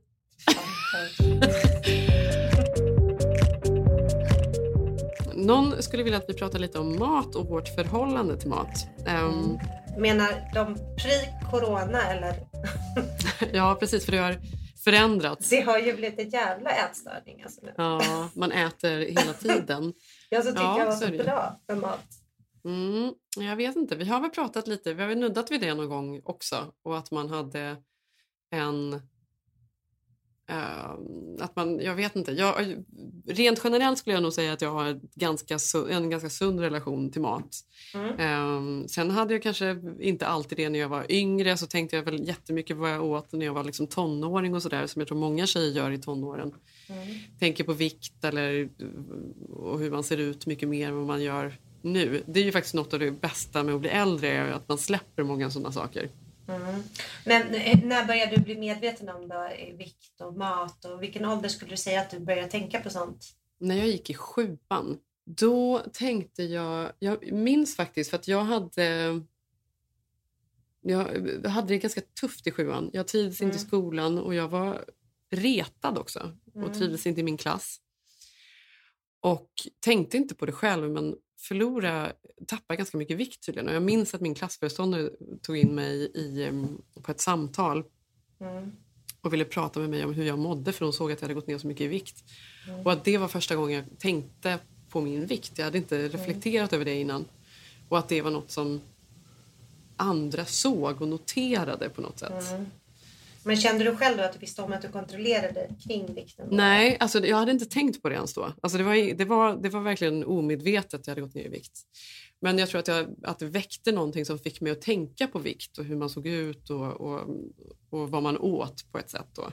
Någon skulle vilja att vi pratar lite om mat och vårt förhållande till mat. Um, Menar de pre-corona eller? Ja, precis, för det har förändrats. Det har ju blivit en jävla ätstörning. Alltså. Ja, man äter hela tiden. Jag så tycker ja, jag var så, så bra för mat. Mm, jag vet inte, vi har väl pratat lite, vi har väl nuddat vid det någon gång också. Och att man hade en... Uh, att man, jag vet inte, jag, rent generellt skulle jag nog säga att jag har ett ganska, en ganska sund relation till mat. Mm. Uh, sen hade jag kanske inte alltid det när jag var yngre, så tänkte jag väl jättemycket vad jag åt när jag var liksom tonåring och sådär, som jag tror många tjejer gör i tonåren. Mm. Tänker på vikt eller och hur man ser ut mycket mer än vad man gör nu. Det är ju faktiskt något av det bästa med att bli äldre, att man släpper många sådana saker. Mm. Men när började du bli medveten om då, vikt och mat, och vilken ålder skulle du säga att du började tänka på sånt? När jag gick i sjuan, då tänkte jag, jag minns faktiskt för att jag hade jag hade det ganska tufft i sjuan. Jag trivdes mm. inte i skolan och jag var retad också och mm. trivdes inte i min klass. Och tänkte inte på det själv, men förlora, tappa ganska mycket vikt tydligen. Och jag minns att min klassföreståndare tog in mig i, på ett samtal mm. och ville prata med mig om hur jag mådde, för hon såg att jag hade gått ner så mycket i vikt. Mm. Och att det var första gången jag tänkte på min vikt. Jag hade inte reflekterat mm. över det innan. Och att det var något som andra såg och noterade på något sätt. Mm. Men kände du själv då att du visste om att du kontrollerade kring vikten? Nej, alltså jag hade inte tänkt på det ens då. Alltså det var, det var, det var verkligen omedvetet att jag hade gått ner i vikt. Men jag tror att, jag, att det väckte någonting som fick mig att tänka på vikt och hur man såg ut och, och, och vad man åt på ett sätt då.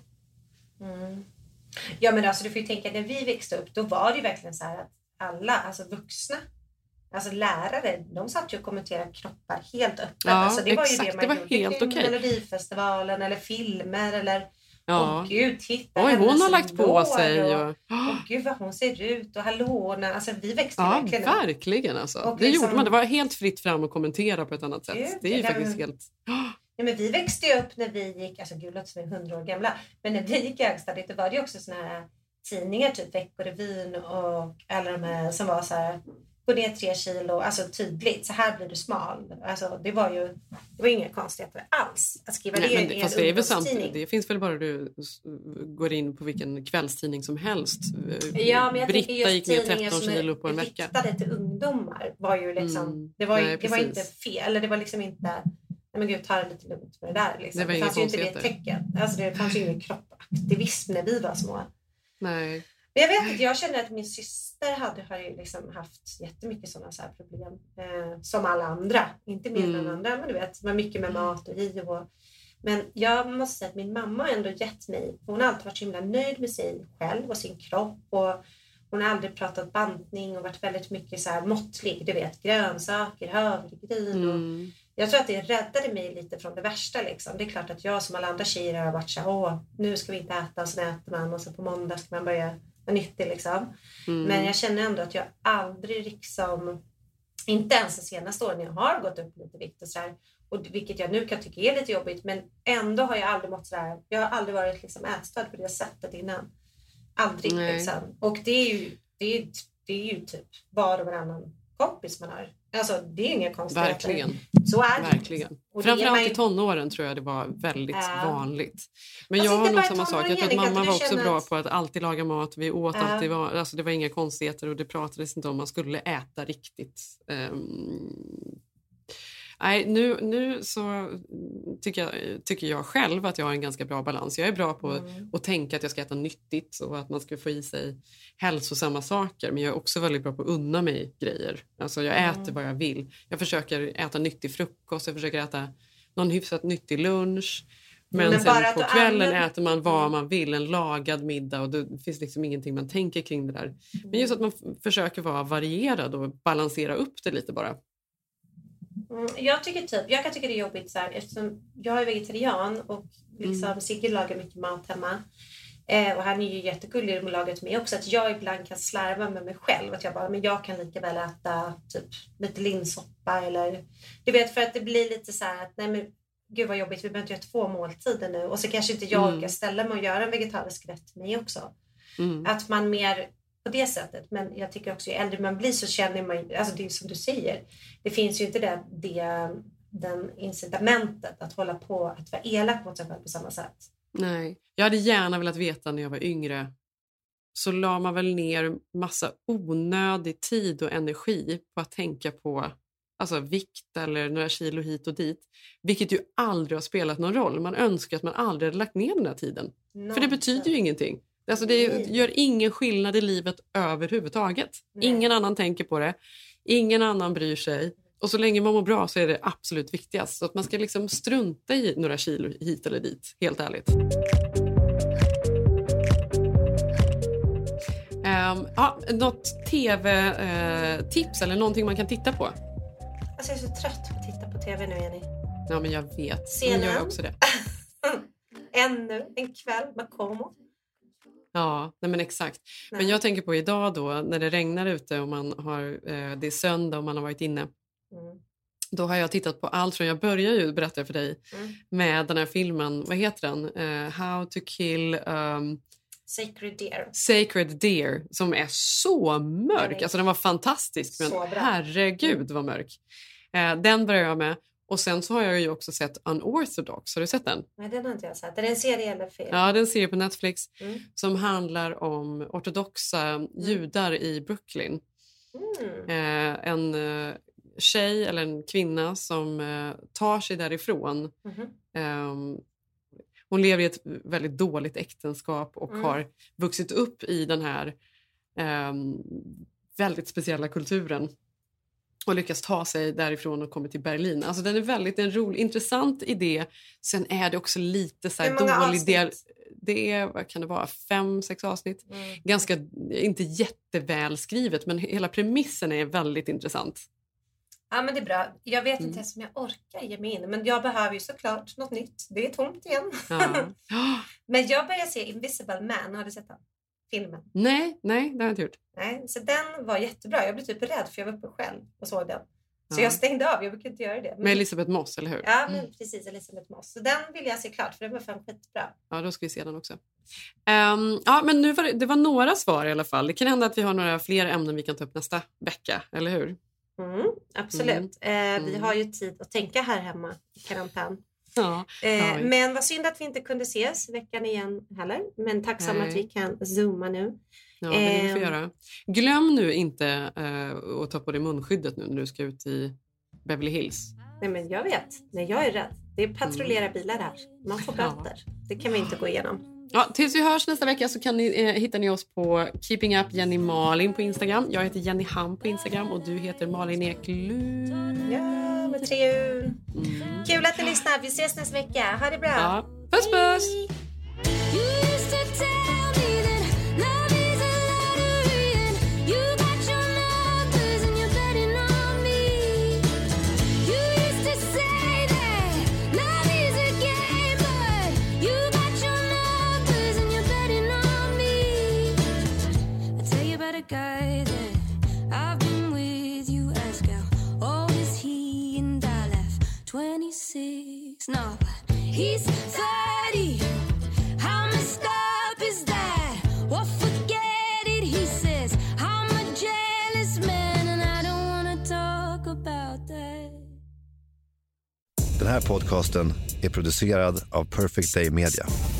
Mm. Ja, men alltså du får ju tänka, när vi växte upp, då var det ju verkligen så här att alla, alltså vuxna, alltså lärare, de satt ju och kommenterade kroppar helt öppet. Ja, alltså det exakt, var ju det man det var gjorde. helt okej. Okay. Melodifestivalen eller filmer eller ja. Åh gud, titta. Oj, hon har lagt på sig. Och, och, åh gud vad hon ser ut och hallåna. Alltså vi växte ja, verkligen. Ja, verkligen alltså. Och det liksom, gjorde man. Det var helt fritt fram att kommentera på ett annat sätt. Gud, det är ju faktiskt men, helt... Ja, men vi växte ju upp när vi gick, alltså gud låter som vi är hundra år gamla. Men när vi gick i högstadiet, då var det ju också såna här tidningar, typ Veckorevyn och alla de här som var så här, gå ner tre kilo, alltså tydligt, så här blir du smal. Alltså det var ju, det var inga konstigheter alls att skriva. Nej, det, det, fast det är väl sant, det finns väl bara du går in på vilken kvällstidning som helst. Ja, men jag Britta just gick ner tretton kilo på en vecka. Riktade till ungdomar var ju liksom, mm, det var, ju, nej, det var inte fel, eller det var liksom inte, nej men gud, ta det lite lugnt med det där liksom. Det, det fanns ju inte det tecken, alltså det fanns ju ingen kroppaktivism när vi var små. Nej. Men jag vet inte, jag känner att min syster hade, har ju liksom haft jättemycket sådana så här problem. Eh, som alla andra. Inte mer mm. än andra, men du vet. Det var mycket med mat och i och... Men jag måste säga att min mamma har ändå gett mig... Hon har alltid varit så himla nöjd med sig själv och sin kropp. Och hon har aldrig pratat bantning och varit väldigt mycket så här måttlig. Du vet, grönsaker, havregryn och... Mm. Jag tror att det räddade mig lite från det värsta liksom. Det är klart att jag som alla andra tjejer har varit så här, åh, nu ska vi inte äta och så äter man. Och så på måndag ska man börja... nyttig liksom. Mm. Men jag känner ändå att jag aldrig liksom, inte ens de senaste åren jag har gått upp lite vikt och sådär, och vilket jag nu kan tycka är lite jobbigt, men ändå har jag aldrig mått sådär, jag har aldrig varit liksom ätstörd på det sättet innan. Aldrig liksom. Och det är ju, det är, det är ju typ var och varannan kompis man har. Alltså det är ju inga konstigheter. Verkligen. Så är det. Verkligen. Framförallt ju... i tonåren tror jag det var väldigt uh, vanligt. Men alltså jag har nog samma sak. Jag tror att mamma var också bra att... på att alltid laga mat. Vi åt uh. alltid. Var, alltså det var inga konstigheter och det pratades inte om man skulle äta riktigt. Um, nej, nu, nu så tycker jag, tycker jag själv att jag har en ganska bra balans. Jag är bra på mm. att tänka att jag ska äta nyttigt och att man ska få i sig hälsosamma saker. Men jag är också väldigt bra på att unna mig grejer. Alltså jag äter mm. vad jag vill. Jag försöker äta nyttig frukost. Jag försöker äta någon hyfsat nyttig lunch. Men, men sen på kvällen använder... äter man vad man vill. En lagad middag och det finns liksom ingenting man tänker kring det där. Mm. Men just att man f- försöker vara varierad och balansera upp det lite bara. Mm, jag tycker typ, jag kan tycka det är jobbigt så här, eftersom jag är vegetarian och liksom mm. Sigge lagar mycket mat hemma. Eh, och han är ju jättegullig med laget med också, att jag ibland kan slarva med mig själv. Att jag bara, men jag kan lika väl äta typ lite linssoppa eller... Du vet, för att det blir lite så här att, nej men gud vad jobbigt, vi behöver inte göra två måltider nu. Och så kanske inte jag mm. ställa mig och göra en vegetarisk rätt till mig också. Mm. Att man mer... på det sättet, men jag tycker också ju äldre man blir så känner man, alltså det är som du säger, det finns ju inte det, det den incitamentet att hålla på att vara elak mot sig själv på samma sätt. Nej, jag hade gärna velat veta när jag var yngre, så la man väl ner massa onödig tid och energi på att tänka på alltså vikt eller några kilo hit och dit, vilket ju aldrig har spelat någon roll. Man önskar att man aldrig hade lagt ner den här tiden, no. för det betyder ju ingenting. Alltså det gör ingen skillnad i livet överhuvudtaget. Nej. Ingen annan tänker på det. Ingen annan bryr sig. Och så länge man mår bra så är det absolut viktigast. Så att man ska liksom strunta i några kilo hit eller dit. Helt ärligt. Um, ja, något tv-tips uh, eller någonting man kan titta på? Alltså jag är så trött på att titta på tv nu, Jenny. Ja, men jag vet. Scenen. Jag gör också det. Ännu en kväll med Como. Ja, nej men exakt. Nej. Men jag tänker på idag då, när det regnar ute och man har, eh, det är söndag och man har varit inne. Mm. Då har jag tittat på allt från, jag börjar ju berätta för dig, mm. med den här filmen, vad heter den? Uh, How to kill... Um, Sacred Deer. Sacred Deer, som är så mörk. Nej. Alltså den var fantastisk, men herregud vad mörk. Uh, den börjar jag med. Och sen så har jag ju också sett Unorthodox. Har du sett den? Nej, den har inte jag sett. Är det en serie eller film? Ja, det är en serie på Netflix. Mm. Som handlar om ortodoxa mm. judar i Brooklyn. Mm. Eh, en eh, tjej eller en kvinna som eh, tar sig därifrån. Mm. Eh, hon lever i ett väldigt dåligt äktenskap och mm. har vuxit upp i den här eh, väldigt speciella kulturen. Och lyckas ta sig därifrån och kommer till Berlin. Alltså den är väldigt en rolig, intressant idé. Sen är det också lite så här dålig del. Det är, vad kan det vara, fem, sex avsnitt. Mm. Ganska, inte jätteväl skrivet, men hela premissen är väldigt intressant. Ja, men det är bra. Jag vet inte ens om jag orkar ge mig in. Men jag behöver ju såklart något nytt. Det är tomt igen. Ja. Men jag börjar se Invisible Man. Har du sett den? Filmen. Nej, nej, det har jag inte gjort. Nej, så den var jättebra. Jag blev typ rädd för jag var uppe själv och såg den. Så ja. Jag stängde av, jag brukar inte göra det. Men... Med Elisabeth Moss, eller hur? Ja, men precis, Elisabeth Moss. Så den vill jag se klart, för den var fan skitbra. Ja, då ska vi se den också. Um, ja, men nu var det, det var några svar i alla fall. Det kan hända att vi har några fler ämnen vi kan ta upp nästa vecka, eller hur? Mm, absolut. Mm. Eh, vi har ju tid att tänka här hemma i karantän. Ja, eh, men vad synd att vi inte kunde ses veckan igen heller. Men tacksam Nej. Att vi kan zooma nu. Ja, det vill vi får göra. Glöm nu inte uh, att ta på dig munskyddet nu när du ska ut i Beverly Hills. Nej, men jag vet. Nej, jag är rädd. Det är patrullera mm. bilar här. Man får böter. Ja. Det kan vi inte gå igenom. Ja, tills vi hörs nästa vecka så kan ni, eh, hittar ni oss på Keeping Up Jenny Malin på Instagram. Jag heter Jenny Ham på Instagram och du heter Malin Eklund. Ja, med tre U. Mm. Kul att ni lyssnar. Vi ses nästa vecka. Ha det bra. Ja. Puss, puss! Hej. Guy that I've been with you as gal. Oh, is he? And I left twenty-six. No, but he's thirty. Den här podcasten är producerad av Perfect Day Media.